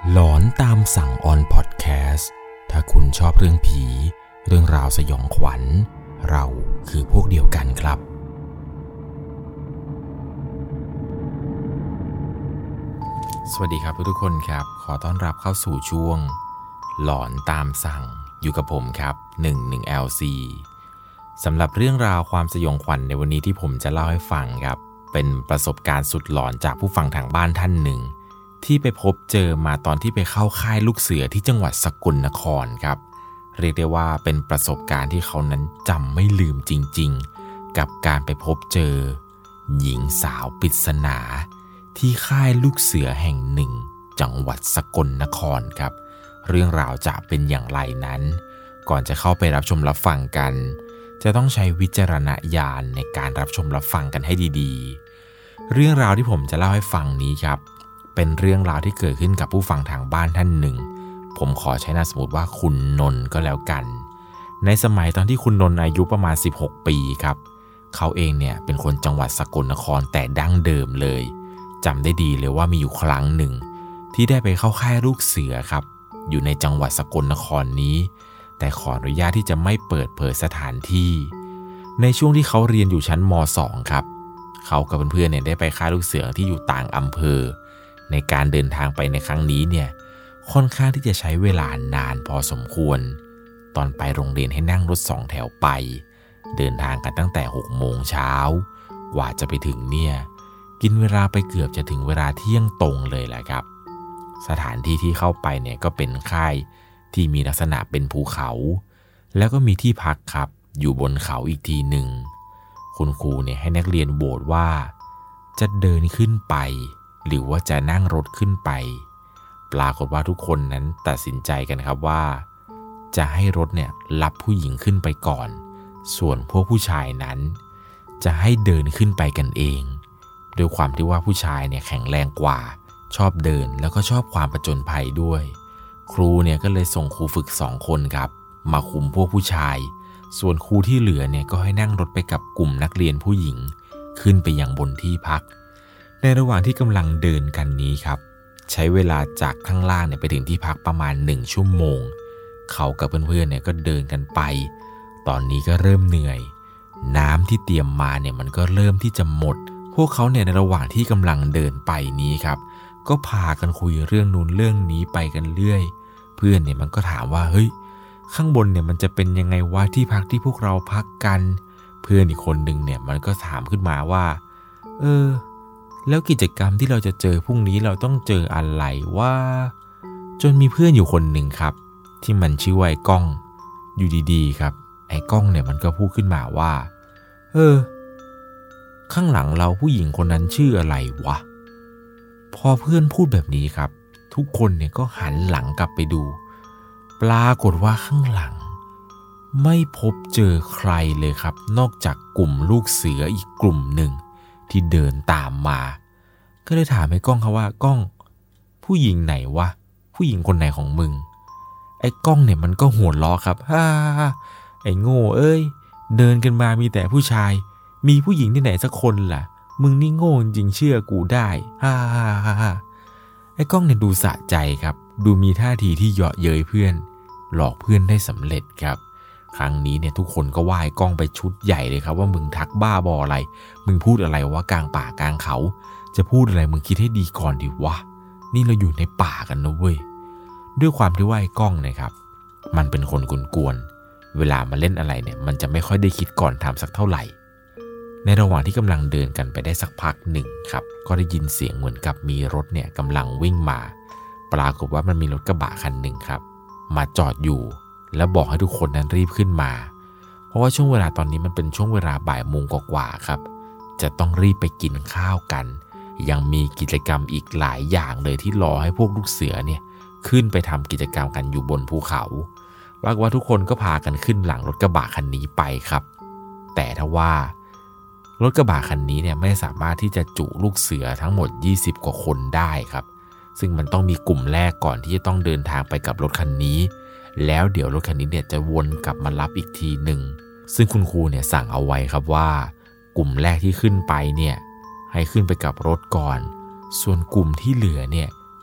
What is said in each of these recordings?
หลอนตามสั่งออนพอดแคสต์ถ้าคุณชอบเรื่องผีเรื่องราวสยองขวัญเราคือพวกเดียวกันครับสวัสดีครับทุกคนครับขอต้อนรับเข้าสู่ช่วงหลอนตามสั่งอยู่กับผมครับ11LC สำหรับเรื่องราวความสยองขวัญในวันนี้ที่ผมจะเล่าให้ฟังครับเป็นประสบการณ์สุดหลอนจากผู้ฟังทางบ้านท่านหนึ่งที่ไปพบเจอมาตอนที่ไปเข้าค่ายลูกเสือที่จังหวัดสกลนครครับเรียกได้ว่าเป็นประสบการณ์ที่เขานั้นจำไม่ลืมจริงๆกับการไปพบเจอหญิงสาวปริศนาที่ค่ายลูกเสือแห่งหนึ่งจังหวัดสกลนครครับเรื่องราวจะเป็นอย่างไรนั้นก่อนจะเข้าไปรับชมรับฟังกันจะต้องใช้วิจารณญาณในการรับชมรับฟังกันให้ดีๆเรื่องราวที่ผมจะเล่าให้ฟังนี้ครับเป็นเรื่องราวที่เกิดขึ้นกับผู้ฟังทางบ้านท่านหนึ่งผมขอใช้นามสมมุติว่าคุณนนท์ก็แล้วกันในสมัยตอนที่คุณนนท์อายุประมาณ16ปีครับเขาเองเนี่ยเป็นคนจังหวัดสกลนครแต่ดั้งเดิมเลยจำได้ดีเลยว่ามีอยู่ครั้งหนึ่งที่ได้ไปเข้าค่ายลูกเสือครับอยู่ในจังหวัดสกลนครนี้แต่ขออนุญาตที่จะไม่เปิดเผยสถานที่ในช่วงที่เขาเรียนอยู่ชั้นม.2 ครับเขากับเพื่อนๆเนี่ยได้ไปค่ายลูกเสือที่อยู่ต่างอำเภอในการเดินทางไปในครั้งนี้เนี่ยค่อนข้างที่จะใช้เวลานานพอสมควรตอนไปโรงเรียนให้นั่งรถ2แถวไปเดินทางกันตั้งแต่6 โมงเช้ากว่าจะไปถึงเนี่ยกินเวลาไปเกือบจะถึงเวลาเที่ยงตรงเลยแหละครับสถานที่ที่เข้าไปเนี่ยก็เป็นค่ายที่มีลักษณะเป็นภูเขาแล้วก็มีที่พักครับอยู่บนเขาอีกทีหนึ่งคุณครูเนี่ยให้นักเรียนโหวตว่าจะเดินขึ้นไปหรือว่าจะนั่งรถขึ้นไปปรากฏว่าทุกคนนั้นตัดสินใจกันครับว่าจะให้รถเนี่ยรับผู้หญิงขึ้นไปก่อนส่วนพวกผู้ชายนั้นจะให้เดินขึ้นไปกันเองด้วยความที่ว่าผู้ชายเนี่ยแข็งแรงกว่าชอบเดินแล้วก็ชอบความผจญภัยด้วยครูเนี่ยก็เลยส่งครูฝึก2 คนครับมาคุมพวกผู้ชายส่วนครูที่เหลือเนี่ยก็ให้นั่งรถไปกับกลุ่มนักเรียนผู้หญิงขึ้นไปยังบนที่พักในระหว่างที่กำลังเดินกันนี้ครับใช้เวลาจากข้างล่างเนี่ยไปถึงที่พักประมาณ1 ชั่วโมงเขากับเพื่อนๆเนี่ยก็เดินกันไปตอนนี้ก็เริ่มเหนื่อยน้ำที่เตรียมมาเนี่ยมันก็เริ่มที่จะหมดพวกเขาเนี่ยในระหว่างที่กำลังเดินไปนี้ครับก็พากันคุยเรื่องนู้นเรื่องนี้ไปกันเรื่อยเพื่อนเนี่ยมันก็ถามว่าเฮ้ยข้างบนเนี่ยมันจะเป็นยังไงวะที่พักที่พวกเราพักกันเพื่อนอีกคนหนึ่งเนี่ยมันก็ถามขึ้นมาว่าแล้วกิจกรรมที่เราจะเจอพรุ่งนี้เราต้องเจออะไรว่าจนมีเพื่อนอยู่คนหนึ่งครับที่มันชื่อว่าไอ้ก้องอยู่ดีๆครับไอ้ก้องเนี่ยมันก็พูดขึ้นมาว่าข้างหลังเราผู้หญิงคนนั้นชื่ออะไรวะพอเพื่อนพูดแบบนี้ครับทุกคนเนี่ยก็หันหลังกลับไปดูปรากฏว่าข้างหลังไม่พบเจอใครเลยครับนอกจากกลุ่มลูกเสืออีกกลุ่มหนึ่งที่เดินตามมาก็เลยถามไอ้ก้องเขาว่าก้องผู้หญิงไหนวะผู้หญิงคนไหนของมึงไอ้ก้องเนี่ยมันก็หัวเราะครับฮ่าไอ้โง่เอ้ยเดินกันมามีแต่ผู้ชายมีผู้หญิงที่ไหนสักคนล่ะมึงนี่โง่จริงเชื่อกูได้ฮ่าไอ้ก้องเนี่ยดูสะใจครับดูมีท่าทีที่เยาะเย้ยเพื่อนหลอกเพื่อนได้สำเร็จครับครั้งนี้เนี่ยทุกคนก็ว่าไอ้ก้องไปชุดใหญ่เลยครับว่ามึงทักบ้าบออะไรมึงพูดอะไรวะกลางป่ากลางเขาจะพูดอะไรมึงคิดให้ดีก่อนดิวะนี่เราอยู่ในป่ากันนะเว้ยด้วยความที่ว่าไอ้ก้องนะครับมันเป็นคนกวนๆเวลามาเล่นอะไรเนี่ยมันจะไม่ค่อยได้คิดก่อนทำสักเท่าไหร่ในระหว่างที่กำลังเดินกันไปได้สักพักหนึ่งครับก็ได้ยินเสียงเหมือนกับมีรถเนี่ยกำลังวิ่งมาปรากฏว่ามันมีรถกระบะคันหนึ่งครับมาจอดอยู่แล้วบอกให้ทุกคนนั้นรีบขึ้นมาเพราะว่าช่วงเวลาตอนนี้มันเป็นช่วงเวลาบ่ายโมงกว่าๆครับจะต้องรีบไปกินข้าวกันยังมีกิจกรรมอีกหลายอย่างเลยที่รอให้พวกลูกเสือเนี่ยขึ้นไปทำกิจกรรมกันอยู่บนภูเขาว่าทุกคนก็พากันขึ้นหลังรถกระบะคันนี้ไปครับแต่ทว่ารถกระบะคันนี้เนี่ยไม่สามารถที่จะจุลูกเสือทั้งหมด20 กว่าคนได้ครับซึ่งมันต้องมีกลุ่มแรกก่อนที่จะต้องเดินทางไปกับรถคันนี้แล้วเดี๋ยวรถคันนี้เนี่ยจะวนกลับมารับอีกทีหนึ่งซึ่งคุณครูเนี่ยสั่งเอาไว้ครับว่ากลุ่มแรกที่ขึ้นไปเนี่ยให้ขึ้นไปกับรถก่อนส่วนกลุ่มที่เหลือเนี่ย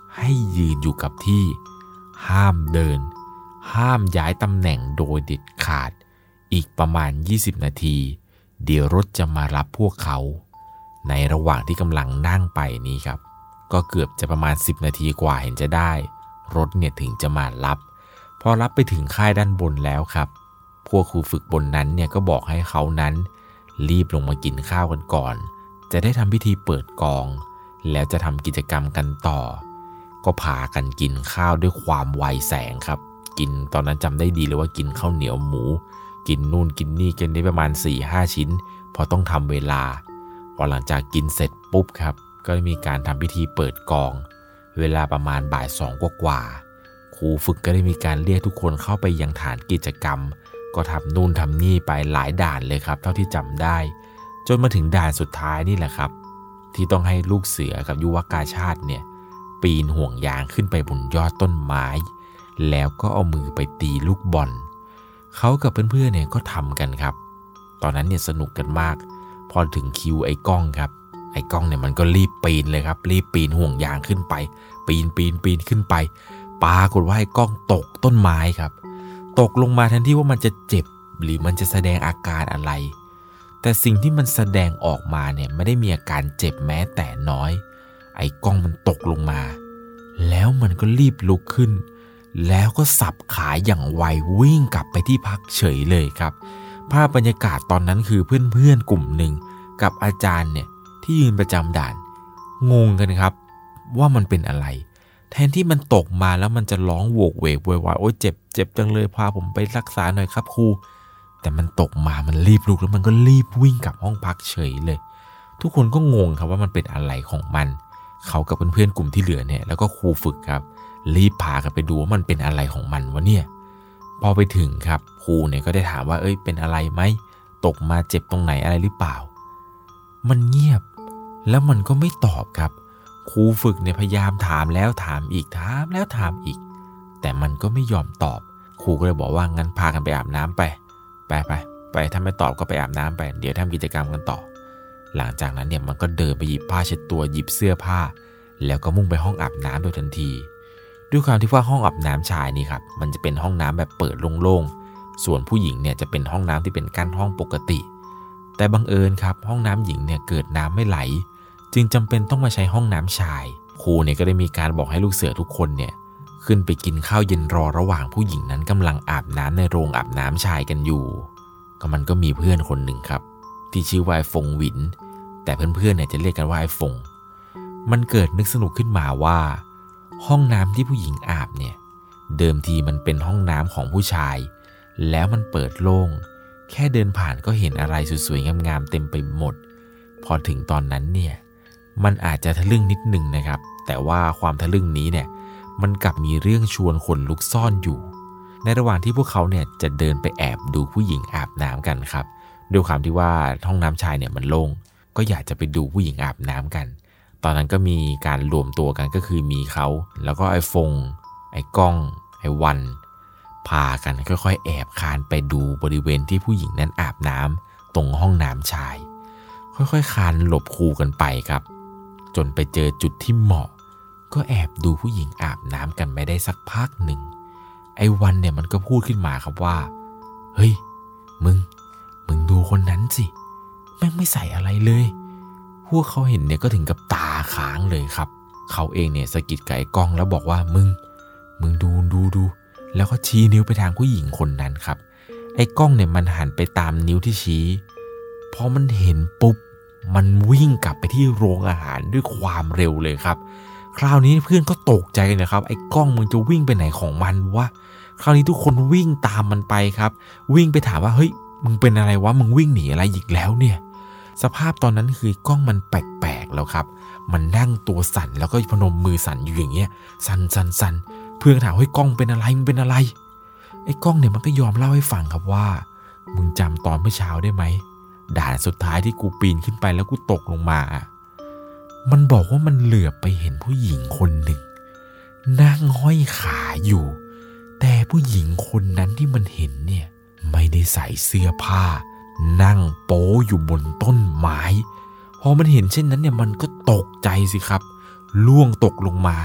ให้ยืนอยู่กับที่ห้ามเดินห้ามย้ายตำแหน่งโดยเด็ดขาดอีกประมาณ20นาทีเดี๋ยวรถจะมารับพวกเขาในระหว่างที่กำลังนั่งไปนี้ครับก็เกือบจะประมาณ10นาทีกว่าเห็นจะได้รถเนี่ยถึงจะมารับพอรับไปถึงค่ายด้านบนแล้วครับพวกครูฝึกบนนั้นเนี่ยก็บอกให้เขานั้นรีบลงมากินข้าวกันก่อนจะได้ทำพิธีเปิดกองแล้วจะทำกิจกรรมกันต่อก็พากันกินข้าวด้วยความไวแสงครับกินตอนนั้นจำได้ดีเลยว่ากินข้าวเหนียวหมูกินนู่นกินนี่กันได้ประมาณ 4-5 ชิ้นพอต้องทำเวลาพอหลังจากกินเสร็จปุ๊บครับก็มีการทำพิธีเปิดกองเวลาประมาณบ่าย 2กว่าครูฝึกก็ได้มีการเรียกทุกคนเข้าไปยังฐานกิจกรรมก็ทำนู่นทำนี่ไปหลายด่านเลยครับเท่าที่จำได้จนมาถึงด่านสุดท้ายนี่แหละครับที่ต้องให้ลูกเสือกับยุวกาชาติเนี่ยปีนห่วงยางขึ้นไปบนยอดต้นไม้แล้วก็เอามือไปตีลูกบอลเขากับเพื่อนๆเนี่ยก็ทำกันครับตอนนั้นเนี่ยสนุกกันมากพอถึงคิวไอ้ก้องครับไอ้ก้องเนี่ยมันก็รีบปีนเลยครับรีบปีนห่วงยางขึ้นไปปีนขึ้นไปปรากฏว่าไอ้ก้องตกต้นไม้ครับตกลงมาแทนที่ว่ามันจะเจ็บหรือมันจะแสดงอาการอะไรแต่สิ่งที่มันแสดงออกมาเนี่ยไม่ได้มีอาการเจ็บแม้แต่น้อยไอ้ก้องมันตกลงมาแล้วมันก็รีบลุกขึ้นแล้วก็สับขาอย่างไววิ่งกลับไปที่พักเฉยเลยครับภาพบรรยากาศตอนนั้นคือเพื่อนๆกลุ่มหนึ่งกับอาจารย์เนี่ยที่ยืนประจำด่านงงกันครับว่ามันเป็นอะไรแทนที่มันตกมาแล้วมันจะร้องโวกเวกโวยวายโอ๊ยเจ็บจังเลยพาผมไปรักษาหน่อยครับครูแต่มันตกมามันรีบลุกแล้วมันก็รีบวิ่งกลับห้องพักเฉยเลยทุกคนก็งงครับว่ามันเป็นอะไรของมันเขากับเพื่อนๆกลุ่มที่เหลือเนี่ยแล้วก็ครูฝึกครับรีบพากันไปดูว่ามันเป็นอะไรของมันวะเนี่ยพอไปถึงครับครูเนี่ยก็ได้ถามว่าเป็นอะไรไหมตกมาเจ็บตรงไหนอะไรหรือเปล่ามันเงียบแล้วมันก็ไม่ตอบครับครูฝึกเนี่ยพยายามถามแล้วถามอีกถามแล้วถามอีกแต่มันก็ไม่ยอมตอบครูก็เลยบอกว่างั้นพากันไปอาบน้ำไปถ้าไม่ตอบก็ไปอาบน้ำไปเดี๋ยวทำกิจกรรมกันต่อหลังจากนั้นเนี่ยมันก็เดินไปหยิบผ้าเช็ดตัวหยิบเสื้อผ้าแล้วก็มุ่งไปห้องอาบน้ำโดยทันทีด้วยความที่ว่าห้องอาบน้ำชายนี่ครับมันจะเป็นห้องน้ำแบบเปิดโล่งๆส่วนผู้หญิงเนี่ยจะเป็นห้องน้ำที่เป็นกั้นห้องปกติแต่บังเอิญครับห้องน้ำหญิงเนี่ยเกิดน้ำไม่ไหลจึงจำเป็นต้องมาใช้ห้องน้ำชายครูเนี่ยก็ได้มีการบอกให้ลูกเสือทุกคนเนี่ยขึ้นไปกินข้าวเย็นรอระหว่างผู้หญิงนั้นกำลังอาบน้ำในโรงอาบน้ำชายกันอยู่มันก็มีเพื่อนคนหนึ่งครับที่ชื่อว่าไอ้ฟงหวินแต่เพื่อนๆเนี่ยจะเรียกกันว่าไอ้ฟงมันเกิดนึกสนุกขึ้นมาว่าห้องน้ำที่ผู้หญิงอาบเนี่ยเดิมทีมันเป็นห้องน้ำของผู้ชายแล้วมันเปิดโล่งแค่เดินผ่านก็เห็นอะไรสวยๆงามๆเต็มไปหมดพอถึงตอนนั้นเนี่ยมันอาจจะทะลึ่งนิดหนึ่งนะครับแต่ว่าความทะลึ่งนี้เนี่ยมันกลับมีเรื่องชวนขนลุกซ่อนอยู่ในระหว่างที่พวกเขาเนี่ยจะเดินไปแอบดูผู้หญิงอาบน้ำกันครับด้วยความที่ว่าห้องน้ำชายเนี่ยมันโล่งก็อยากจะไปดูผู้หญิงอาบน้ำกันตอนนั้นก็มีการรวมตัวกันก็คือมีเขาแล้วก็ไอ้ฟงไอ้ก้องไอ้วันพากันค่อยๆแอบคานไปดูบริเวณที่ผู้หญิงนั้นอาบน้ำตรงห้องน้ำชายค่อยๆคานหลบคูกันไปครับจนไปเจอจุดที่เหมาะก็แอบดูผู้หญิงอาบน้ำกันไม่ได้สักพักหนึ่งไอ้วันเนี่ยมันก็พูดขึ้นมาครับว่าเฮ้ยมึงดูคนนั้นสิแม่งไม่ใส่อะไรเลยพวกเขาเห็นเนี่ยก็ถึงกับตาค้างเลยครับเขาเองเนี่ยสะกิดไก่กล้องแล้วบอกว่ามึงดูแล้วก็ชี้นิ้วไปทางผู้หญิงคนนั้นครับไอ้กล้องเนี่ยมันหันไปตามนิ้วที่ชี้พอมันเห็นปุ๊บมันวิ่งกลับไปที่โรงอาหารด้วยความเร็วเลยครับคราวนี้เพื่อนก็ตกใจกันนะครับไอ้กล้องมึงจะวิ่งไปไหนของมันวะคราวนี้ทุกคนวิ่งตามมันไปครับวิ่งไปถามว่าเฮ้ยมึงเป็นอะไรวะมึงวิ่งหนีอะไรอีกแล้วเนี่ยสภาพตอนนั้นคือกล้องมันแปลกๆแล้วครับมันนั่งตัวสั่นแล้วก็พนมมือสั่นอยู่อย่างเงี้ยสั่นเพื่อนถามเฮ้ยกล้องเป็นอะไรมึงเป็นอะไรไอ้กล้องเนี่ยมันก็ยอมเล่าให้ฟังครับว่ามึงจำตอนเมื่อเช้าได้ไหมด่านสุดท้ายที่กูปีนขึ้นไปแล้วกูตกลงมามันบอกว่ามันเหลือบไปเห็นผู้หญิงคนหนึ่งนั่งห้อยขาอยู่แต่ผู้หญิงคนนั้นที่มันเห็นเนี่ยไม่ได้ใส่เสื้อผ้านั่งโป๊อยู่บนต้นไม้พอมันเห็นเช่นนั้นเนี่ยมันก็ตกใจสิครับล่วงตกลงมา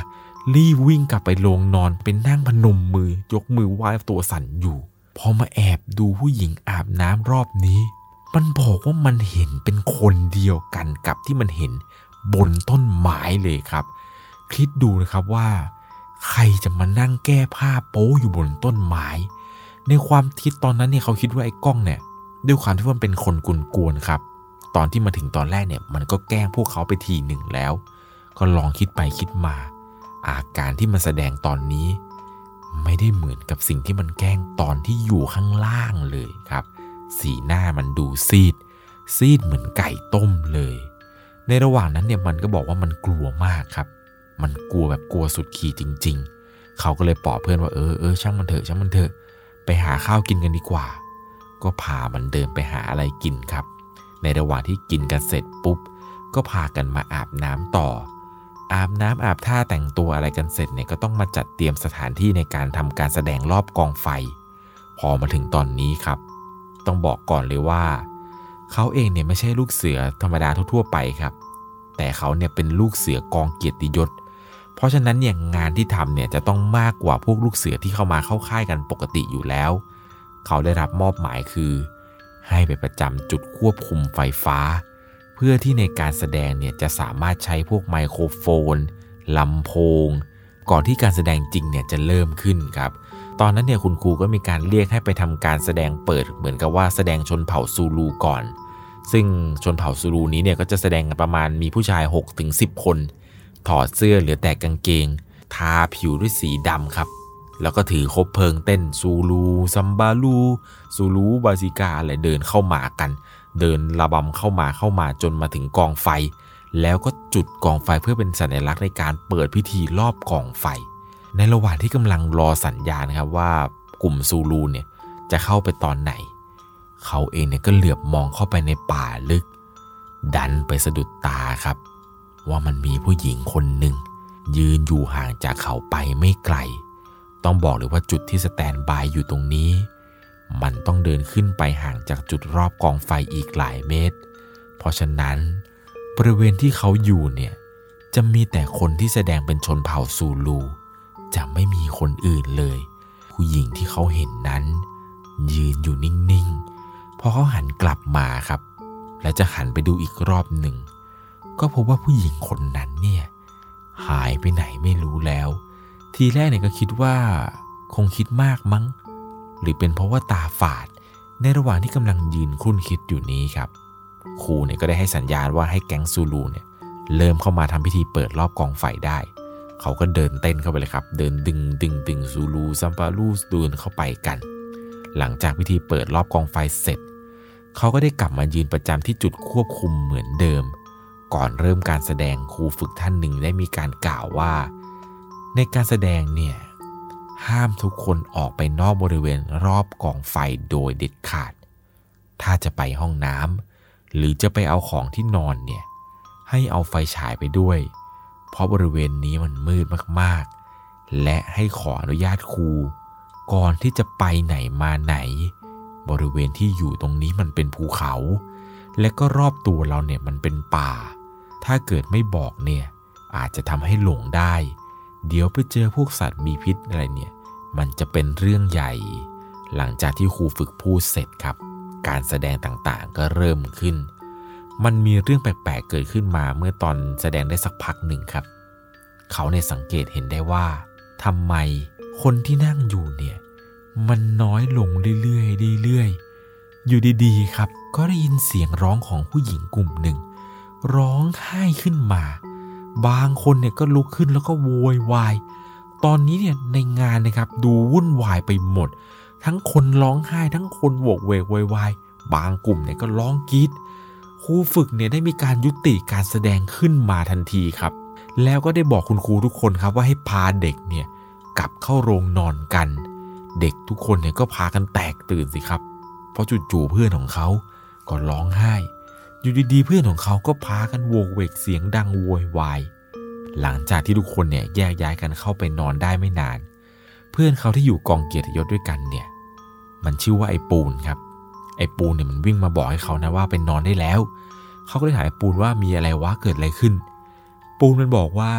รีบวิ่งกลับไปโรงนอนเป็นนั่งพนมมือยกมือไหว้ตัวสั่นอยู่พอมาแอบดูผู้หญิงอาบน้ำรอบนี้มันบอกว่ามันเห็นเป็นคนเดียวกันกับที่มันเห็นบนต้นไม้เลยครับคิดดูนะครับว่าใครจะมานั่งแก้ผ้าโป๊อยู่บนต้นไม้ในความคิดตอนนั้นเนี่ยเขาคิดว่าไอ้กล้องเนี่ยด้วยความที่มันเป็นคนกวนๆครับตอนที่มาถึงตอนแรกเนี่ยมันก็แกล้งพวกเขาไปทีหนึ่งแล้วก็ลองคิดไปคิดมาอาการที่มันแสดงตอนนี้ไม่ได้เหมือนกับสิ่งที่มันแกล้งตอนที่อยู่ข้างล่างเลยครับสีหน้ามันดูซีดเหมือนไก่ต้มเลยในระหว่างนั้นเนี่ยมันก็บอกว่ามันกลัวมากครับมันกลัวแบบกลัวสุดขีดจริงๆเขาก็เลยปลอบเพื่อนว่าช่างมันเถอะไปหาข้าวกินกันดีกว่าก็พามันเดินไปหาอะไรกินครับในระหว่างที่กินกันเสร็จปุ๊บก็พากันมาอาบน้ำต่ออาบน้ำอาบท่าแต่งตัวอะไรกันเสร็จเนี่ยก็ต้องมาจัดเตรียมสถานที่ในการทำการแสดงรอบกองไฟพอมาถึงตอนนี้ครับต้องบอกก่อนเลยว่าเขาเองเนี่ยไม่ใช่ลูกเสือธรรมดาทั่วไปครับแต่เขาเนี่ยเป็นลูกเสือกองเกียรติยศเพราะฉะนั้นเนี่ยงานที่ทำเนี่ยจะต้องมากกว่าพวกลูกเสือที่เข้ามาเข้าค่ายกันปกติอยู่แล้วเขาได้รับมอบหมายคือให้ไปประจำจุดควบคุมไฟฟ้าเพื่อที่ในการแสดงเนี่ยจะสามารถใช้พวกไมโครโฟนลำโพงก่อนที่การแสดงจริงเนี่ยจะเริ่มขึ้นครับตอนนั้นเนี่ยคุณครูก็มีการเรียกให้ไปทำการแสดงเปิดเหมือนกับว่าแสดงชนเผ่าซูลูก่อนซึ่งชนเผ่าซูลูนี้เนี่ยก็จะแสดงกันประมาณมีผู้ชาย 6-10 คนถอดเสื้อเหลือแต่กางเกงทาผิวด้วยสีดำครับแล้วก็ถือคบเพลิงเต้นซูลูซัมบาลูซูลูบาซิกาอะไรเดินเข้ามากันเดินระบำเข้ามาจนมาถึงกองไฟแล้วก็จุดกองไฟเพื่อเป็นสัญลักษณ์ในการเปิดพิธีรอบกองไฟในระหว่างที่กำลังรอสัญญาณครับว่ากลุ่มซูลูเนี่ยจะเข้าไปตอนไหนเขาเองเนี่ยก็เหลือบมองเข้าไปในป่าลึกดันไปสะดุดตาครับว่ามันมีผู้หญิงคนหนึ่งยืนอยู่ห่างจากเขาไปไม่ไกลต้องบอกเลยว่าจุดที่สแตนบายอยู่ตรงนี้มันต้องเดินขึ้นไปห่างจากจุดรอบกองไฟอีกหลายเมตรเพราะฉะนั้นบริเวณที่เขาอยู่เนี่ยจะมีแต่คนที่แสดงเป็นชนเผ่าซูลูจะไม่มีคนอื่นเลยผู้หญิงที่เขาเห็นนั้นยืนอยู่นิ่งๆพอเขาหันกลับมาครับและจะหันไปดูอีกรอบหนึ่งก็พบว่าผู้หญิงคนนั้นเนี่ยหายไปไหนไม่รู้แล้วทีแรกเนี่ยก็คิดว่าคงคิดมากมั้งหรือเป็นเพราะว่าตาฝาดในระหว่างที่กำลังยืนคุ้นคิดอยู่นี้ครับครูเนี่ยก็ได้ให้สัญญาณว่าให้แก๊งซูลูเนี่ยเริ่มเข้ามาทำพิธีเปิดรอบกองไฟได้เขาก็เดินเต้นเข้าไปเลยครับเดินดึงซูลูซัมปาลูเดินเข้าไปกันหลังจากพิธีเปิดรอบกองไฟเสร็จเขาก็ได้กลับมายืนประจำที่จุดควบคุมเหมือนเดิมก่อนเริ่มการแสดงครูฝึกท่านหนึ่งได้มีการกล่าวว่าในการแสดงเนี่ยห้ามทุกคนออกไปนอกบริเวณรอบกองไฟโดยเด็ดขาดถ้าจะไปห้องน้ำหรือจะไปเอาของที่นอนเนี่ยให้เอาไฟฉายไปด้วยเพราะบริเวณนี้มันมืดมากๆและให้ขออนุญาตครูก่อนที่จะไปไหนมาไหนบริเวณที่อยู่ตรงนี้มันเป็นภูเขาและก็รอบตัวเราเนี่ยมันเป็นป่าถ้าเกิดไม่บอกเนี่ยอาจจะทำให้หลงได้เดี๋ยวไปเจอพวกสัตว์มีพิษอะไรเนี่ยมันจะเป็นเรื่องใหญ่หลังจากที่ครูฝึกพูดเสร็จครับการแสดงต่างๆก็เริ่มขึ้นมันมีเรื่องแปลกๆเกิดขึ้นมาเมื่อตอนแสดงได้สักพักหนึ่งครับเขาเนี่ยสังเกตเห็นได้ว่าทำไมคนที่นั่งอยู่เนี่ยมันน้อยลงเรื่อยๆอยู่ดีๆครับก็ได้ยินเสียงร้องของผู้หญิงกลุ่มหนึ่งร้องไห้ขึ้นมาบางคนเนี่ยก็ลุกขึ้นแล้วก็โวยวายตอนนี้เนี่ยในงานนะครับดูวุ่นวายไปหมดทั้งคนร้องไห้ทั้งคนโวกเวกโวยวายบางกลุ่มเนี่ยก็ร้องกรี๊ดครูฝึกเนี่ยได้มีการยุติการแสดงขึ้นมาทันทีครับแล้วก็ได้บอกคุณครูทุกคนครับว่าให้พาเด็กเนี่ยกลับเข้าโรงนอนกันเด็กทุกคนเนี่ยก็พากันแตกตื่นสิครับเพราะจู่ๆเพื่อนของเขาก็ร้องไห้อยู่ดีๆเพื่อนของเขาก็พากันโวกเวกเสียงดังโวยวายหลังจากที่ทุกคนเนี่ยแยกย้ายกันเข้าไปนอนได้ไม่นานเพื่อนเขาที่อยู่กองเกียรติยศด้วยกันเนี่ยมันชื่อว่าไอ้ปูนครับไอ้ปูนเนี่ยมันวิ่งมาบอกให้เขานะว่าไปนอนได้แล้วเขาก็เลยถามไอ้ปูนว่ามีอะไรวะเกิดอะไรขึ้นปูนมันบอกว่า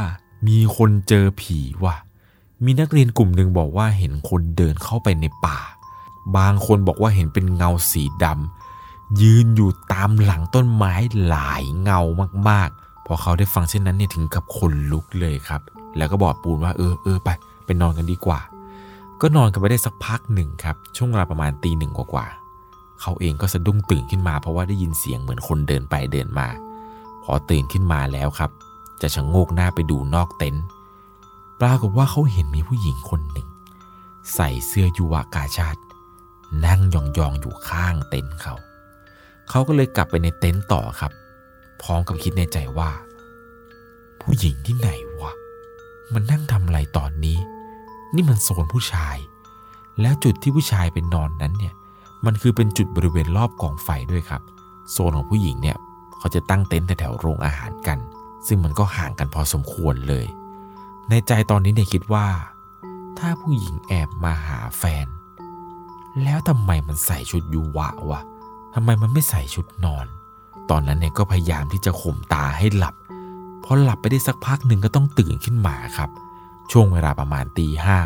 มีคนเจอผีว่ะมีนักเรียนกลุ่มหนึ่งบอกว่าเห็นคนเดินเข้าไปในป่าบางคนบอกว่าเห็นเป็นเงาสีดำยืนอยู่ตามหลังต้นไม้หลายเงามากๆพอเขาได้ฟังเช่นนั้นเนี่ยถึงกับขนลุกเลยครับแล้วก็บอกปูนว่าไปนอนกันดีกว่าก็นอนกันไปได้สักพักหนึ่งครับช่วงเวลาประมาณตี 1กว่าเขาเองก็สะดุ้งตื่นขึ้นมาเพราะว่าได้ยินเสียงเหมือนคนเดินไปเดินมาพอตื่นขึ้นมาแล้วครับจะชะโงกหน้าไปดูนอกเต็นท์ปรากฏว่าเขาเห็นมีผู้หญิงคนหนึ่งใส่เสื้อยุวกาชาตินั่งยองๆอยู่ข้างเต็นท์เขาก็เลยกลับไปในเต็นท์ต่อครับพร้อมกับคิดในใจว่าผู้หญิงที่ไหนวะมันนั่งทำอะไรตอนนี้นี่มันโซนผู้ชายแล้วจุดที่ผู้ชายไปนอนนั้นเนี่ยมันคือเป็นจุดบริเวณรอบกองไฟด้วยครับโซนของผู้หญิงเนี่ยเขาจะตั้งเต็นท์แถวโรงอาหารกันซึ่งมันก็ห่างกันพอสมควรเลยในใจตอนนี้เนี่ยคิดว่าถ้าผู้หญิงแอบมาหาแฟนแล้วทำไมมันใส่ชุดยูวะวะทำไมมันไม่ใส่ชุดนอนตอนนั้นเนี่ยก็พยายามที่จะข่มตาให้หลับพอหลับไปได้สักพักหนึ่งก็ต้องตื่นขึ้นมาครับช่วงเวลาประมาณตี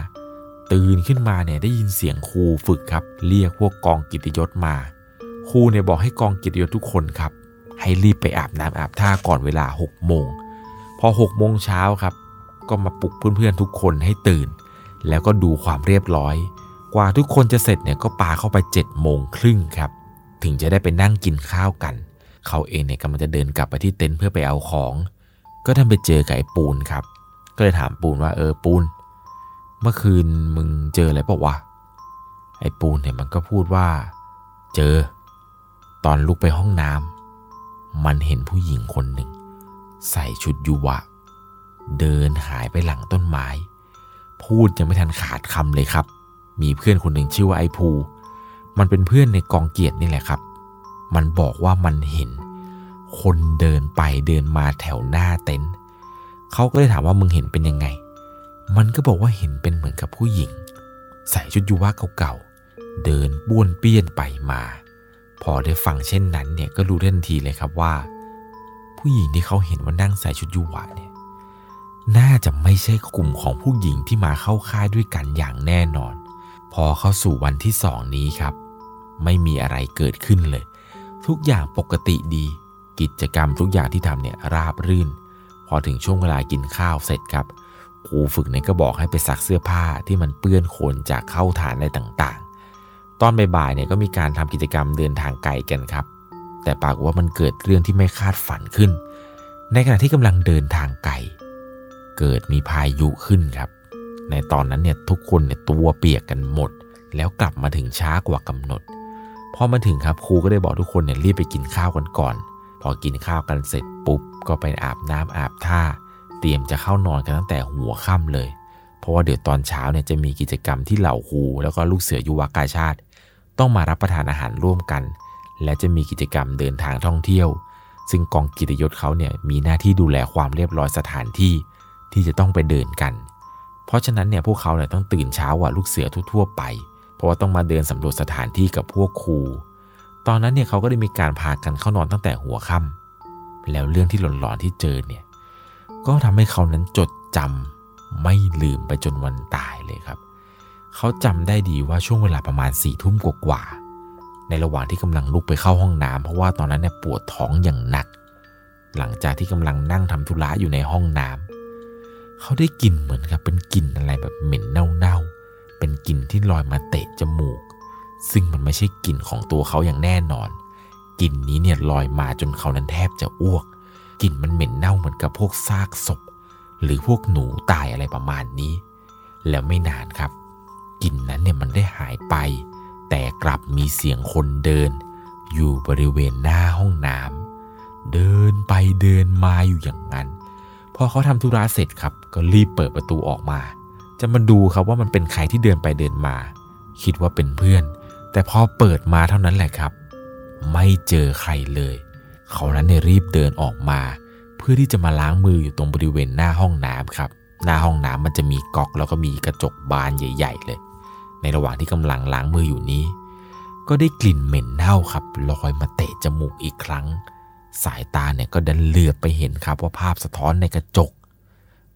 5ตื่นขึ้นมาเนี่ยได้ยินเสียงครูฝึกครับเรียกพวกกองกิตติยศมาครูเนี่ยบอกให้กองกิตติยศทุกคนครับให้รีบไปอาบน้ำอาบท่าก่อนเวลา 6 โมงพอ 6 โมงเช้าครับก็มาปลุกเพื่อนๆทุกคนให้ตื่นแล้วก็ดูความเรียบร้อยกว่าทุกคนจะเสร็จเนี่ยก็ปาเข้าไป 7 โมงครึ่งครับถึงจะได้ไปนั่งกินข้าวกันเขาเองเนี่ยกำลังจะเดินกลับไปที่เต็นท์เพื่อไปเอาของก็ดันไปเจอกับไอ้ปูนครับก็เลยถามปูนว่าปูนเมื่อคืนมึงเจออะไรเปล่าวะไอ้ปูนเนี่ยมันก็พูดว่าเจอตอนลุกไปห้องน้ำมันเห็นผู้หญิงคนหนึ่งใส่ชุดยุวะเดินหายไปหลังต้นไม้พูดยังไม่ทันขาดคำเลยครับมีเพื่อนคนหนึ่งชื่อว่าไอ้ภูมันเป็นเพื่อนในกองเกียรตินี่แหละครับมันบอกว่ามันเห็นคนเดินไปเดินมาแถวหน้าเต็นท์เขาก็เลยถามว่ามึงเห็นเป็นยังไงมันก็บอกว่าเห็นเป็นเหมือนกับผู้หญิงใส่ชุดยูวะเก่าๆเดินบ้วนเปี้ยนไปมาพอได้ฟังเช่นนั้นเนี่ยก็รู้ทันทีเลยครับว่าผู้หญิงที่เขาเห็นว่านั่งใส่ชุดยูวะเนี่ยน่าจะไม่ใช่กลุ่มของผู้หญิงที่มาเข้าค่ายด้วยกันอย่างแน่นอนพอเข้าสู่วันที่ 2นี้ครับไม่มีอะไรเกิดขึ้นเลยทุกอย่างปกติดีกิจกรรมทุกอย่างที่ทำเนี่ยราบรื่นพอถึงช่วงเวลากินข้าวเสร็จครับครูฝึกเนี่ยก็บอกให้ไปซักเสื้อผ้าที่มันเปื้อนโคลนจากเข้าฐานอะไรต่างๆตอนบ่ายๆเนี่ยก็มีการทำกิจกรรมเดินทางไกลกันครับแต่ปรากฏว่ามันเกิดเรื่องที่ไม่คาดฝันขึ้นในขณะที่กำลังเดินทางไกลเกิดมีพายุขึ้นครับในตอนนั้นเนี่ยทุกคนเนี่ยตัวเปียกกันหมดแล้วกลับมาถึงช้ากว่ากำหนดพอมาถึงครับครูก็ได้บอกทุกคนเนี่ยรีบไปกินข้าวกันก่อนพอกินข้าวกันเสร็จปุ๊บก็ไปอาบน้ำอาบท่าเตรียมจะเข้านอนกันตั้งแต่หัวค่ำเลยเพราะว่าเดี๋ยวตอนเช้าเนี่ยจะมีกิจกรรมที่เหล่าครูแล้วก็ลูกเสือยุวกาชาติต้องมารับประทานอาหารร่วมกันและจะมีกิจกรรมเดินทางท่องเที่ยวซึ่งกองกิตติยศเขาเนี่ยมีหน้าที่ดูแลความเรียบร้อยสถานที่ที่จะต้องไปเดินกันเพราะฉะนั้นเนี่ยพวกเขาเนี่ยต้องตื่นเช้ากว่าลูกเสือทั่วๆไปเพราะว่าต้องมาเดินสำรวจสถานที่กับพวกครูตอนนั้นเนี่ยเขาก็ได้มีการพากันเข้านอนตั้งแต่หัวค่ำแล้วเรื่องที่หลอนๆที่เจอเนี่ยก็ทำให้เขานั้นจดจำไม่ลืมไปจนวันตายเลยครับเขาจำได้ดีว่าช่วงเวลาประมาณ 4 ทุ่มกว่าในระหว่างที่กำลังลุกไปเข้าห้องน้ำเพราะว่าตอนนั้นเนี่ยปวดท้องอย่างหนักหลังจากที่กำลังนั่งทำธุระอยู่ในห้องน้ำเขาได้กลิ่นเหมือนกับเป็นกลิ่นอะไรแบบเหม็นเน่าๆเป็นกลิ่นที่ลอยมาเตะจมูกซึ่งมันไม่ใช่กลิ่นของตัวเขาอย่างแน่นอนกลิ่นนี้เนี่ยลอยมาจนเขานั้นแทบจะอ้วกกลิ่นมันเหม็นเน่าเหมือนกับพวกซากศพหรือพวกหนูตายอะไรประมาณนี้แล้วไม่นานครับกลิ่นนั้นเนี่ยมันได้หายไปแต่กลับมีเสียงคนเดินอยู่บริเวณหน้าห้องน้ำเดินไปเดินมาอยู่อย่างนั้นพอเขาทำธุระเสร็จครับก็รีบเปิดประตูออกมาจะมาดูครับว่ามันเป็นใครที่เดินไปเดินมาคิดว่าเป็นเพื่อนแต่พอเปิดมาเท่านั้นแหละครับไม่เจอใครเลยเขานั้นเนี่ยรีบเดินออกมาเพื่อที่จะมาล้างมืออยู่ตรงบริเวณหน้าห้องน้ำครับหน้าห้องน้ำมันจะมีก๊อกแล้วก็มีกระจกบานใหญ่ๆเลยในระหว่างที่กำลังล้างมืออยู่นี้ก็ได้กลิ่นเหม็นเน่าครับลอยมาเตะจมูกอีกครั้งสายตาเนี่ยก็ดันเหลือบไปเห็นครับว่าภาพสะท้อนในกระจก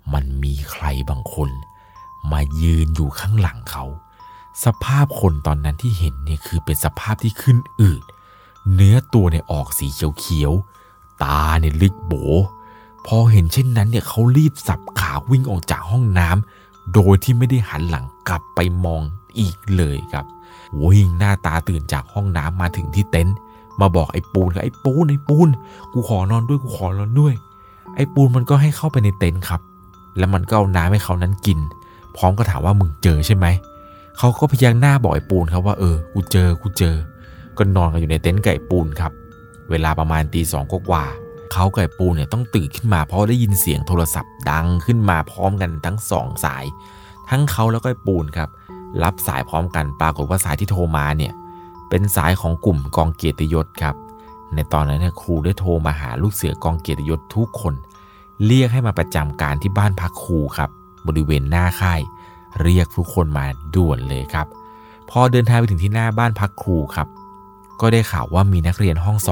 มันมีใครบางคนมายืนอยู่ข้างหลังเขาสภาพคนตอนนั้นที่เห็นเนี่ยคือเป็นสภาพที่ขึ้นอืดเนื้อตัวเนี่ยออกสีเขียวๆตาเนี่ยลึกโบพอเห็นเช่นนั้นเนี่ยเขารีบสับขาวิ่งออกจากห้องน้ำโดยที่ไม่ได้หันหลังกลับไปมองอีกเลยครับวิ่งหน้าตาตื่นจากห้องน้ำมาถึงที่เต็นท์มาบอกไอ้ปูนไอ้ปูนกูขอนอนด้วยไอ้ปูนมันก็ให้เข้าไปในเต็นท์ครับแล้วมันก็เอาน้ำให้เขานั้นกินพร้อมก็ถามว่ามึงเจอใช่ไหมเขาก็พยักหน้าบอกไอ้ปูนครับว่ากูเจอก็นอนกันอยู่ในเต็นท์กับไอ้ปูนครับเวลาประมาณตี 2กว่าเขากับไอ้ปูนเนี่ยต้องตื่นขึ้นมาเพราะได้ยินเสียงโทรศัพท์ดังขึ้นมาพร้อมกันทั้ง2สายทั้งเขาแล้วก็ไอ้ปูนครับรับสายพร้อมกันปรากฏว่าสายที่โทรมาเนี่ยเป็นสายของกลุ่มกองเกียรติยศครับในตอนนั้นเนี่ยครูได้โทรมาหาลูกเสือกองเกียรติยศทุกคนเรียกให้มาประจำการที่บ้านพักครูครับบริเวณหน้าค่ายเรียกทุกคนมาด่วนเลยครับพอเดินทางไปถึงที่หน้าบ้านพักครูครับก็ได้ข่าวว่ามีนักเรียนห้อง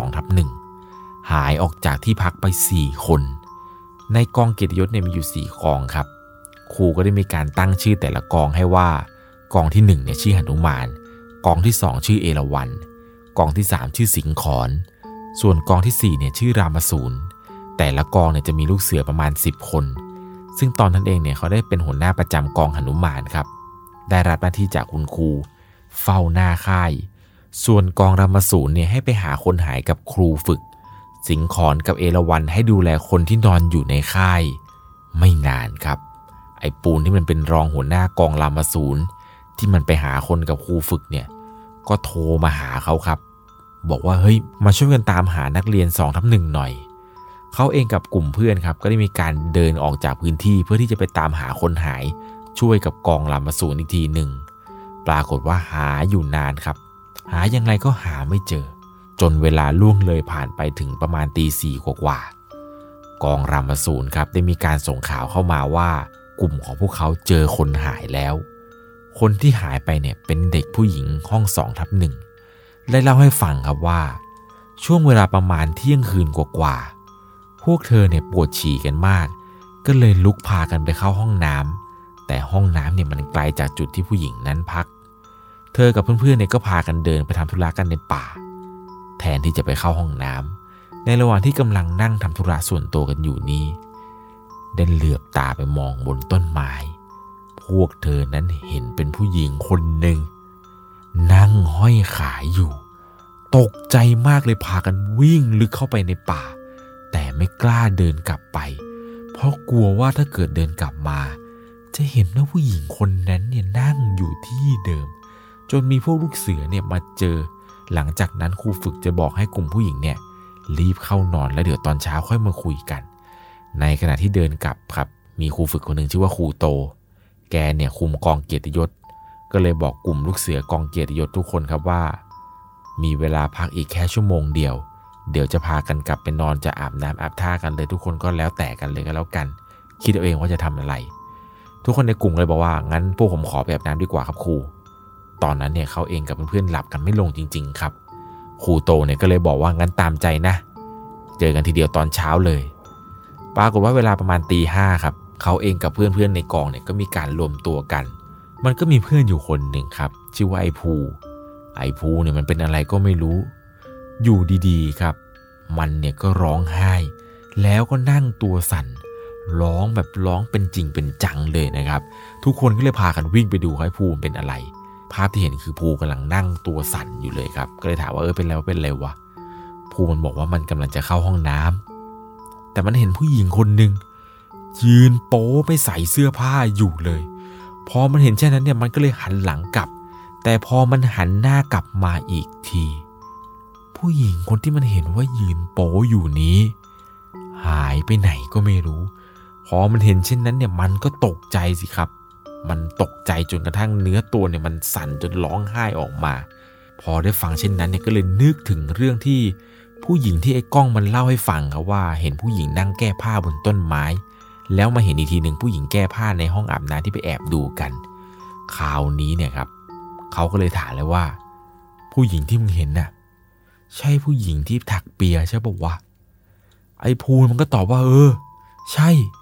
2/1 หายออกจากที่พักไป4คนในกองเกียรติยศเนี่ยมีอยู่4กองครับครูก็ได้มีการตั้งชื่อแต่ละกองให้ว่ากองที่1เนี่ยชื่อหนุมานกองที่2ชื่อเอราวัณกองที่3ชื่อสิงขรส่วนกองที่4เนี่ยชื่อรามสูรแต่ละกองเนี่ยจะมีลูกเสือประมาณ10คนซึ่งตอนนั้นเองเนี่ยเขาได้เป็นหัวหน้าประจำกองหนุมานครับได้รับหน้าที่จากคุณครูเฝ้าหน้าค่ายส่วนกองรามสูรเนี่ยให้ไปหาคนหายกับครูฝึกสิงขรกับเอราวัณให้ดูแลคนที่นอนอยู่ในค่ายไม่นานครับไอ้ปูนที่มันเป็นรองหัวหน้ากองรามสูรที่มันไปหาคนกับครูฝึกเนี่ยก็โทรมาหาเขาครับบอกว่าเฮ้ยมาช่วยกันตามหานักเรียน 2/1 หน่อยเขาเองกับกลุ่มเพื่อนครับก็ได้มีการเดินออกจากพื้นที่เพื่อที่จะไปตามหาคนหายช่วยกับกองรามสูรอีกทีหนึ่งปรากฏว่าหาอยู่นานครับหายังไงก็หาไม่เจอจนเวลาล่วงเลยผ่านไปถึงประมาณตี 4กว่ากองรามสูรครับได้มีการส่งข่าวเข้ามาว่ากลุ่มของพวกเขาเจอคนหายแล้วคนที่หายไปเนี่ยเป็นเด็กผู้หญิงห้อง 2/1ได้เล่าให้ฟังครับว่าช่วงเวลาประมาณเที่ยงคืนกว่าพวกเธอเนี่ยปวดฉี่กันมากก็เลยลุกพากันไปเข้าห้องน้ำแต่ห้องน้ำเนี่ยมันไกลจากจุดที่ผู้หญิงนั้นพักเธอกับเพื่อนๆเนี่ยก็พากันเดินไปทำธุระกันในป่าแทนที่จะไปเข้าห้องน้ำในระหว่างที่กำลังนั่งทำธุระส่วนตัวกันอยู่นี้ได้เหลือบตาไปมองบนต้นไม้พวกเธอนั้นเห็นเป็นผู้หญิงคนหนึ่งนั่งห้อยขาอยู่ตกใจมากเลยพากันวิ่งลึกเข้าไปในป่าแต่ไม่กล้าเดินกลับไปเพราะกลัวว่าถ้าเกิดเดินกลับมาจะเห็นว่าผู้หญิงคนนั้นเนี่ยนั่งอยู่ที่เดิมจนมีพวกลูกเสือเนี่ยมาเจอหลังจากนั้นครูฝึกจะบอกให้กลุ่มผู้หญิงเนี่ยรีบเข้านอนแล้วเดี๋ยวตอนเช้าค่อยมาคุยกันในขณะที่เดินกลับครับมีครูฝึกคนหนึ่งชื่อว่าครูโตแกเนี่ยคุมกองเกียรติยศก็เลยบอกกลุ่มลูกเสือกองเกียรติยศทุกคนครับว่ามีเวลาพักอีกแค่ชั่วโมงเดียวเดี๋ยวจะพากันกลับไปนอนจะอาบน้ำอาบท่ากันเลยทุกคนก็แล้วแต่กันเลยก็แล้วกันคิดเอาเองว่าจะทำอะไรทุกคนในกลุ่มเลยบอกว่างั้นพวกผมขอไปอาบน้ำดีกว่าครับครูตอนนั้นเนี่ยเขาเองกับเพื่อนๆหลับกันไม่ลงจริงๆครับครูโตเนี่ยก็เลยบอกว่างั้นตามใจนะเจอกันทีเดียวตอนเช้าเลยปรากฏว่าเวลาประมาณตี 5ครับเขาเองกับเพื่อนๆในกองเนี่ยก็มีการรวมตัวกันมันก็มีเพื่อนอยู่คนหนึ่งครับชื่อว่าไอ้ภูเนี่ยมันเป็นอะไรก็ไม่รู้อยู่ดีๆครับมันเนี่ยก็ร้องไห้แล้วก็นั่งตัวสั่นร้องแบบร้องเป็นจริงเป็นจังเลยนะครับทุกคนก็เลยพากันวิ่งไปดูไอ้ภูมันเป็นอะไรภาพที่เห็นคือภูกำลังนั่งตัวสั่นอยู่เลยครับก็เลยถามว่าเป็นอะไรวะภูมันบอกว่ามันกำลังจะเข้าห้องน้ำแต่มันเห็นผู้หญิงคนหนึ่งยืนโป๊ไม่ใส่เสื้อผ้าอยู่เลยพอมันเห็นเช่นนั้นเนี่ยมันก็เลยหันหลังกลับแต่พอมันหันหน้ากลับมาอีกทีผู้หญิงคนที่มันเห็นว่ายืนโป๊อยู่นี้หายไปไหนก็ไม่รู้พอมันเห็นเช่นนั้นเนี่ยมันก็ตกใจสิครับมันตกใจจนกระทั่งเนื้อตัวเนี่ยมันสั่นจนร้องไห้ออกมาพอได้ฟังเช่นนั้นเนี่ยก็เลยนึกถึงเรื่องที่ผู้หญิงที่ไอ้กล้องมันเล่าให้ฟังครับว่าเห็นผู้หญิงนั่งแก้ผ้าบนต้นไม้แล้วมาเห็นอีกทีหนึ่งผู้หญิงแก้ผ้าในห้องอาบน้ำที่ไปแอบดูกันคราวนี้เนี่ยครับเขาก็เลยถามเลยว่าผู้หญิงที่มึงเห็นน่ะใช่ผู้หญิงที่ถักเปียใช่ป่ะวะไอ้ภูมันก็ตอบว่าใช่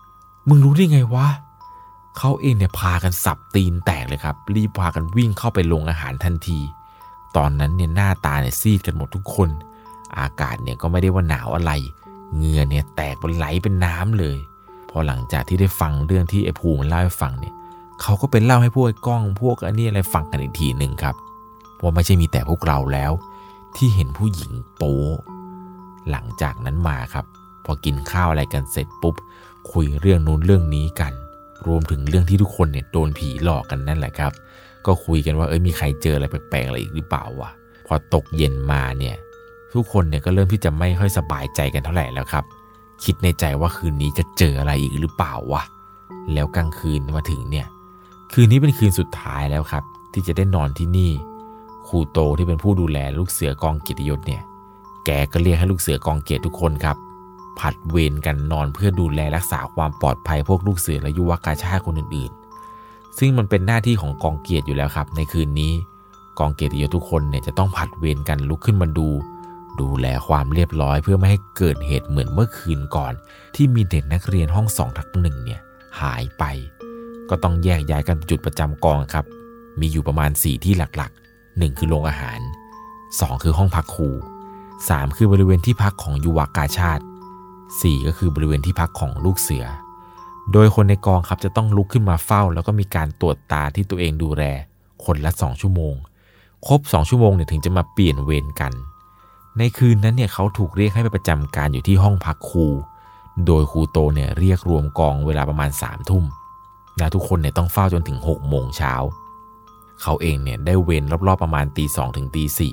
มึงรู้ได้ไงวะเขาเองเนี่ยพากันสับตีนแตกเลยครับรีบพากันวิ่งเข้าไปโรงอาหารทันทีตอนนั้นเนี่ยหน้าตาเนี่ยซีดกันหมดทุกคนอากาศเนี่ยก็ไม่ได้ว่าหนาวอะไรเหงื่อเนี่ยแตกเป็นไหลเป็นน้ำเลยพอหลังจากที่ได้ฟังเรื่องที่ไอ้ภูมิเล่าให้ฟังเนี่ยเขาก็ไปเล่าให้พวกไอ้กล้องพวกอันนี้อะไรฟังกันอีกทีหนึ่งครับว่าไม่ใช่มีแต่พวกเราแล้วที่เห็นผู้หญิงโป๊หลังจากนั้นมาครับพอกินข้าวอะไรกันเสร็จปุ๊บคุยเรื่องนู้นเรื่องนี้กันรวมถึงเรื่องที่ทุกคนเนี่ยโดนผีหลอกกันนั่นแหละครับก็คุยกันว่ามีใครเจออะไรแปลกๆอะไรอีกหรือเปล่าวะพอตกเย็นมาเนี่ยทุกคนเนี่ยก็เริ่มที่จะไม่ค่อยสบายใจกันเท่าไหร่แล้วครับคิดในใจว่าคืนนี้จะเจออะไรอีกหรือเปล่าวะแล้วกลางคืนมาถึงเนี่ยคืนนี้เป็นคืนสุดท้ายแล้วครับที่จะได้นอนที่นี่ครูโตที่เป็นผู้ดูแลลูกเสือกองเกียรติยศเนี่ยแกก็เรียกให้ลูกเสือกองเกียรติทุกคนครับผัดเวรกันนอนเพื่อดูแลรักษาความปลอดภัยพวกลูกเสือและยุวกาชาติคนอื่นๆซึ่งมันเป็นหน้าที่ของกองเกียรติอยู่แล้วครับในคืนนี้กองเกียรติยศทุกคนเนี่ยจะต้องผัดเวรกันลุกขึ้นมาดูแลความเรียบร้อยเพื่อไม่ให้เกิดเหตุเหมือนเมื่อคืนก่อนที่มีเด็กนักเรียนห้อง2-1เนี่ยหายไปก็ต้องแยกย้ายกันจุดประจำกองครับมีอยู่ประมาณ4ที่หลักๆ1คือโรงอาหาร2คือห้องพักครู3คือบริเวณที่พักของยุวกาชาติ4ก็คือบริเวณที่พักของลูกเสือโดยคนในกองครับจะต้องลุกขึ้นมาเฝ้าแล้วก็มีการตรวจตาที่ตัวเองดูแลคนละ2ชั่วโมงครบ2ชั่วโมงเนี่ยถึงจะมาเปลี่ยนเวรกันในคืนนั้นเนี่ยเขาถูกเรียกให้ไปประจำการอยู่ที่ห้องพักครูโดยครูโตเนี่ยเรียกรวมกองเวลาประมาณ3 ทุ่มและทุกคนเนี่ยต้องเฝ้าจนถึง6 โมงเช้าเขาเองเนี่ยได้เวรรอบๆประมาณตี 2ถึงตี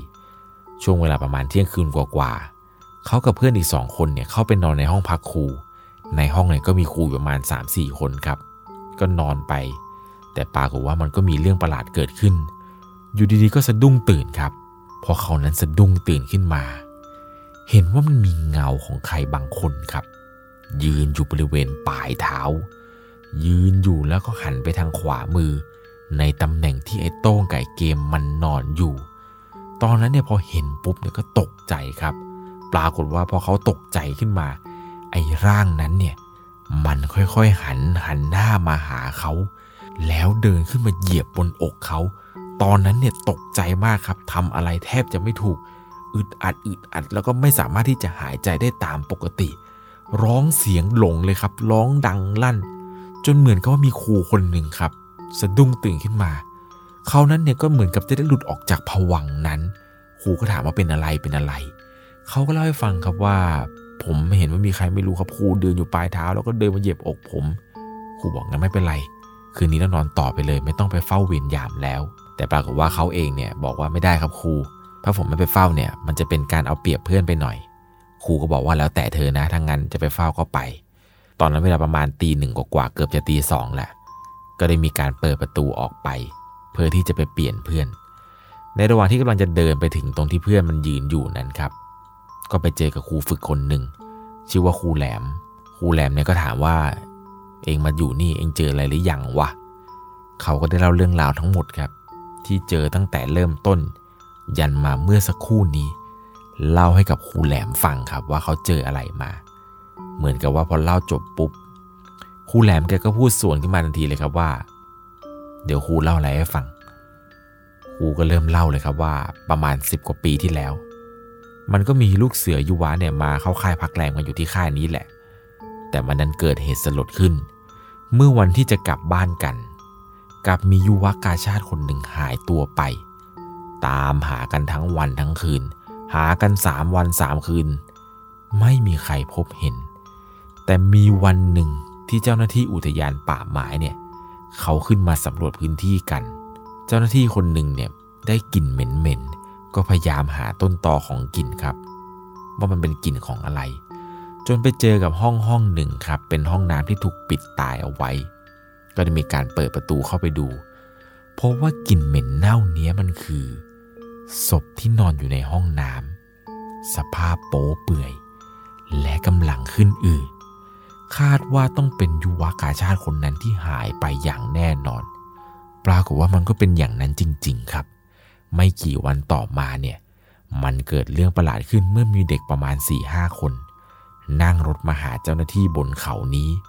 4ช่วงเวลาประมาณเที่ยงคืนกว่าเขากับเพื่อนอีก2 คนเนี่ยเข้าไปนอนในห้องพักครูในห้องเนี่ยก็มีครูประมาณ 3-4 คนครับก็นอนไปแต่ปรากฏว่ามันก็มีเรื่องประหลาดเกิดขึ้นอยู่ดีๆก็สะดุ้งตื่นครับพอเขานั้นสะดุ้งตื่นขึ้นมาเห็นว่ามันมีเงาของใครบางคนครับยืนอยู่บริเวณปลายเท้ายืนอยู่แล้วก็หันไปทางขวามือในตำแหน่งที่ไอ้โต้งไก่เกมมันนอนอยู่ตอนนั้นเนี่ยพอเห็นปุ๊บเนี่ยก็ตกใจครับปรากฏว่าพอเขาตกใจขึ้นมาไอ้ร่างนั้นเนี่ยมันค่อยๆหันหน้ามาหาเขาแล้วเดินขึ้นมาเหยียบบนอกเขาตอนนั้นเนี่ยตกใจมากครับทำอะไรแทบจะไม่ถูกอึดอัดแล้วก็ไม่สามารถที่จะหายใจได้ตามปกติร้องเสียงหลงเลยครับร้องดังลั่นจนเหมือนกับว่ามีครูคนหนึ่งครับสะดุ้งตื่นขึ้นมาเขานั้นเนี่ยก็เหมือนกับจะได้หลุดออกจากภวังค์นั้นครูก็ถามว่าเป็นอะไรเขาก็เล่าให้ฟังครับว่าผมเห็นว่ามีใครไม่รู้ครับครูเดินอยู่ปลายเท้าแล้วก็เดินมาเหยียบอกผมครูบอกงั้นไม่เป็นไรคืนนี้เรานอนต่อไปเลยไม่ต้องไปเฝ้าเวรยามแล้วแต่ปรากฏว่าเขาเองเนี่ยบอกว่าไม่ได้ครับครูถ้าผมไม่ไปเฝ้าเนี่ยมันจะเป็นการเอาเปรียบเพื่อนไปหน่อยครูก็บอกว่าแล้วแต่เธอนะถ้างั้นจะไปเฝ้าก็ไปตอนนั้นเวลาประมาณตี 1กว่าเกือบจะตี 2แหละก็ได้มีการเปิดประตูออกไปเพื่อที่จะไปเปลี่ยนเพื่อนในระหว่างที่กำลังจะเดินไปถึงตรงที่เพื่อนมันยืนอยู่นั้นครับก็ไปเจอกับครูฝึกคนหนึ่งชื่อว่าครูแหลมเนี่ยก็ถามว่าเองมาอยู่นี่เองเจออะไรหรือยังวะเขาก็ได้เล่าเรื่องราวทั้งหมดครับที่เจอตั้งแต่เริ่มต้นยันมาเมื่อสักครู่นี้เล่าให้กับครูแหลมฟังครับว่าเขาเจออะไรมาเหมือนกับว่าพอเล่าจบปุ๊บครูแหลมแกก็พูดสวนขึ้นมาทันทีเลยครับว่าเดี๋ยวครูเล่าอะไรให้ฟังครูก็เริ่มเล่าเลยครับว่าประมาณ10 กว่าปีที่แล้วมันก็มีลูกเสือยุวะเนี่ยมาเข้าค่ายพักแรมกันอยู่ที่ค่ายนี้แหละแต่มันนั้นเกิดเหตุสลดขึ้นเมื่อวันที่จะกลับบ้านกันกับมียุวกาชาติคนหนึ่งหายตัวไปตามหากันทั้งวันทั้งคืนหากัน3 วัน 3 คืนไม่มีใครพบเห็นแต่มีวันหนึ่งที่เจ้าหน้าที่อุทยานป่าไม้เนี่ยเขาขึ้นมาสำรวจพื้นที่กันเจ้าหน้าที่คนหนึ่งเนี่ยได้กลิ่นเหม็นก็พยายามหาต้นตอของกลิ่นครับว่ามันเป็นกลิ่นของอะไรจนไปเจอกับห้องหนึ่งครับเป็นห้องน้ำที่ถูกปิดตายเอาไว้ก็ได้มีการเปิดประตูเข้าไปดูเพราะว่ากลิ่นเหม็นเน่าเนี้ยมันคือศพที่นอนอยู่ในห้องน้ำสภาพโป๊เปื่อยและกำลังขึ้นอืดคาดว่าต้องเป็นยุวกาชาติคนนั้นที่หายไปอย่างแน่นอนปรากฏว่ามันก็เป็นอย่างนั้นจริงๆครับไม่กี่วันต่อมาเนี่ยมันเกิดเรื่องประหลาดขึ้นเมื่อมีเด็กประมาณ 4-5 คนนั่งรถมาหาเจ้าหน้าที่บนเขานี้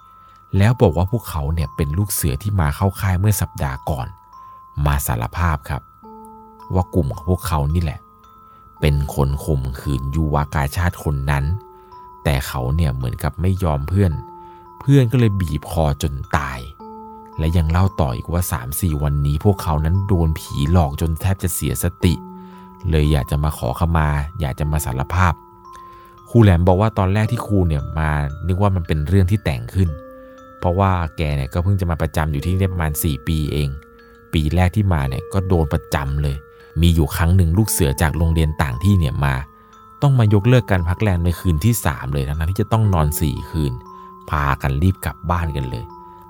แล้วบอกว่าพวกเขาเนี่ยเป็นลูกเสือที่มาเข้าค่ายเมื่อสัปดาห์ก่อนมาสารภาพครับว่ากลุ่มของพวกเขานี่แหละเป็นคนข่มขืนยุวกาชาติคนนั้นแต่เขาเนี่ยเหมือนกับไม่ยอมเพื่อนก็เลยบีบคอจนตายและยังเล่าต่ออีกว่า 3-4 วันนี้พวกเขานั้นโดนผีหลอกจนแทบจะเสียสติเลยอยากจะมาขอขมาอยากจะมาสารภาพครูแหลมบอกว่าตอนแรกที่ครูเนี่ยมานึกว่ามันเป็นเรื่องที่แต่งขึ้นเพราะว่าแกเนี่ยก็เพิ่งจะมาประจำอยู่ที่นี่ประมาณ4 ปีเองปีแรกที่มาเนี่ยก็โดนประจำเลยมีอยู่ครั้งหนึ่งลูกเสือจากโรงเรียนต่างที่เนี่ยมาต้องมายกเลิกการพักแรมในคืนที่3เลยทั้งที่จะต้องนอน4 คืนพากันรีบกลับบ้านกันเลย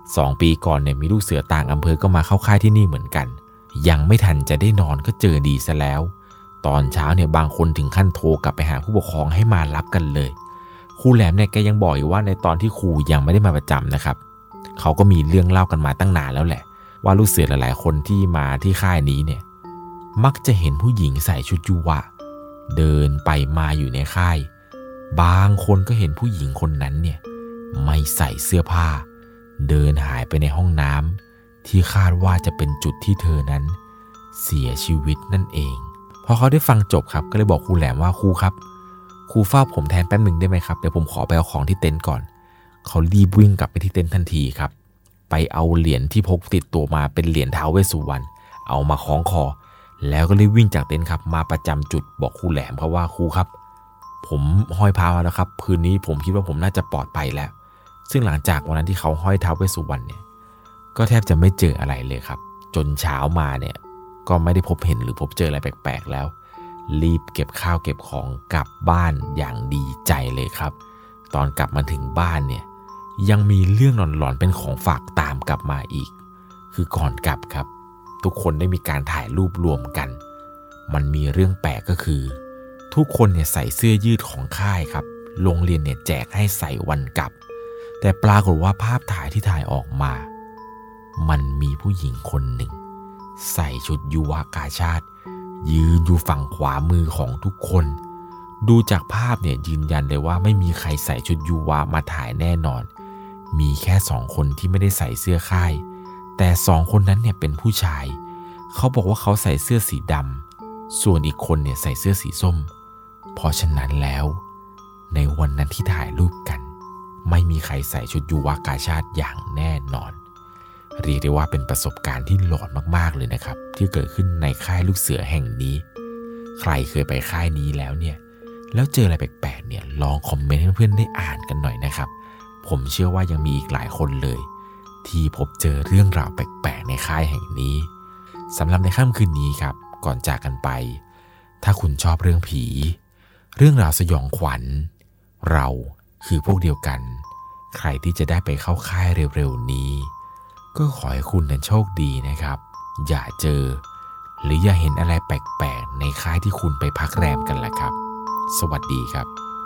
2 ปีก่อนเนี่ยมีลูกเสือต่างอำเภอก็มาเข้าค่ายที่นี่เหมือนกันยังไม่ทันจะได้นอนก็เจอดีซะแล้วตอนเช้าเนี่ยบางคนถึงขั้นโทรกลับไปหาผู้ปกครองให้มารับกันเลยครูแหลมเนี่ยแกยังบอกอีกว่าในตอนที่ครูยังไม่ได้มาประจำนะครับเขาก็มีเรื่องเล่ากันมาตั้งนานแล้วแหละว่าลูกเสือหลายๆคนที่มาที่ค่ายนี้เนี่ยมักจะเห็นผู้หญิงใส่ชุดยุวะเดินไปมาอยู่ในค่ายบางคนก็เห็นผู้หญิงคนนั้นเนี่ยไม่ใส่เสื้อผ้าเดินหายไปในห้องน้ำที่คาดว่าจะเป็นจุดที่เธอนั้นเสียชีวิตนั่นเองพอเขาได้ฟังจบครับก็เลยบอกครูแหลมว่าครูครับครูเฝ้าผมแทนแป๊บหนึ่งได้ไหมครับเดี๋ยวผมขอไปเอาของที่เต็นท์ก่อนเขารีบวิ่งกลับไปที่เต็นท์ทันทีครับไปเอาเหรียญที่พกติดตัวมาเป็นเหรียญท้าวเวสสุวรรณเอามาคล้องคอแล้วก็เลยวิ่งจากเต็นท์ครับมาประจำจุดบอกครูแหลมครับว่าครูครับผมห้อยพระมาแล้วครับคืนนี้ผมคิดว่าผมน่าจะปลอดภัยแล้วซึ่งหลังจากวันนั้นที่เขาห้อยท้าวเวสสุวรรณเนี่ยก็แทบจะไม่เจออะไรเลยครับจนเช้ามาเนี่ยก็ไม่ได้พบเห็นหรือพบเจออะไรแปลกๆแล้วรีบเก็บข้าวเก็บของกลับบ้านอย่างดีใจเลยครับตอนกลับมาถึงบ้านเนี่ยยังมีเรื่องหลอนๆเป็นของฝากตามกลับมาอีกคือก่อนกลับครับทุกคนได้มีการถ่ายรูปรวมกันมันมีเรื่องแปลกก็คือทุกคนเนี่ยใส่เสื้อยืดของค่ายครับโรงเรียนเนี่ยแจกให้ใส่วันกลับแต่ปรากฏว่าภาพถ่ายที่ถ่ายออกมามันมีผู้หญิงคนหนึ่งใส่ชุดยุวกาชาติยืนอยู่ฝั่งขวามือของทุกคนดูจากภาพเนี่ยยืนยันเลยว่าไม่มีใครใส่ชุดยุวะมาถ่ายแน่นอนมีแค่2 คนที่ไม่ได้ใส่เสื้อค่ายแต่2 คนนั้นเนี่ยเป็นผู้ชายเขาบอกว่าเขาใส่เสื้อสีดำส่วนอีกคนเนี่ยใส่เสื้อสีส้มเพราะฉะนั้นแล้วในวันนั้นที่ถ่ายรูปกันไม่มีใครใส่ชุดยุวกาชาติอย่างแน่นอนเรียกได้ว่าเป็นประสบการณ์ที่หลอนมากๆเลยนะครับที่เกิดขึ้นในค่ายลูกเสือแห่งนี้ใครเคยไปค่ายนี้แล้วเนี่ยแล้วเจออะไรแปลกๆเนี่ยลองคอมเมนต์ให้เพื่อนได้อ่านกันหน่อยนะครับผมเชื่อว่ายังมีอีกหลายคนเลยที่พบเจอเรื่องราวแปลกๆในค่ายแห่งนี้สำหรับในค่ำคืนนี้ครับก่อนจากกันไปถ้าคุณชอบเรื่องผีเรื่องราวสยองขวัญเราคือพวกเดียวกันใครที่จะได้ไปเข้าค่ายเร็วๆนี้ก็ขอให้คุณนั้นโชคดีนะครับอย่าเจอหรืออย่าเห็นอะไรแปลกๆในค่ายที่คุณไปพักแรมกันแหละครับสวัสดีครับ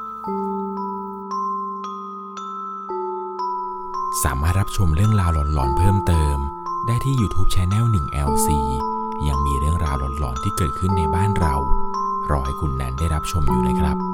สามารถรับชมเรื่องราวหลอนๆเพิ่มเติมได้ที่ YouTube Channel 1LC ยังมีเรื่องราวหลอนๆที่เกิดขึ้นในบ้านเรารอให้คุณนั้นได้รับชมอยู่นะครับ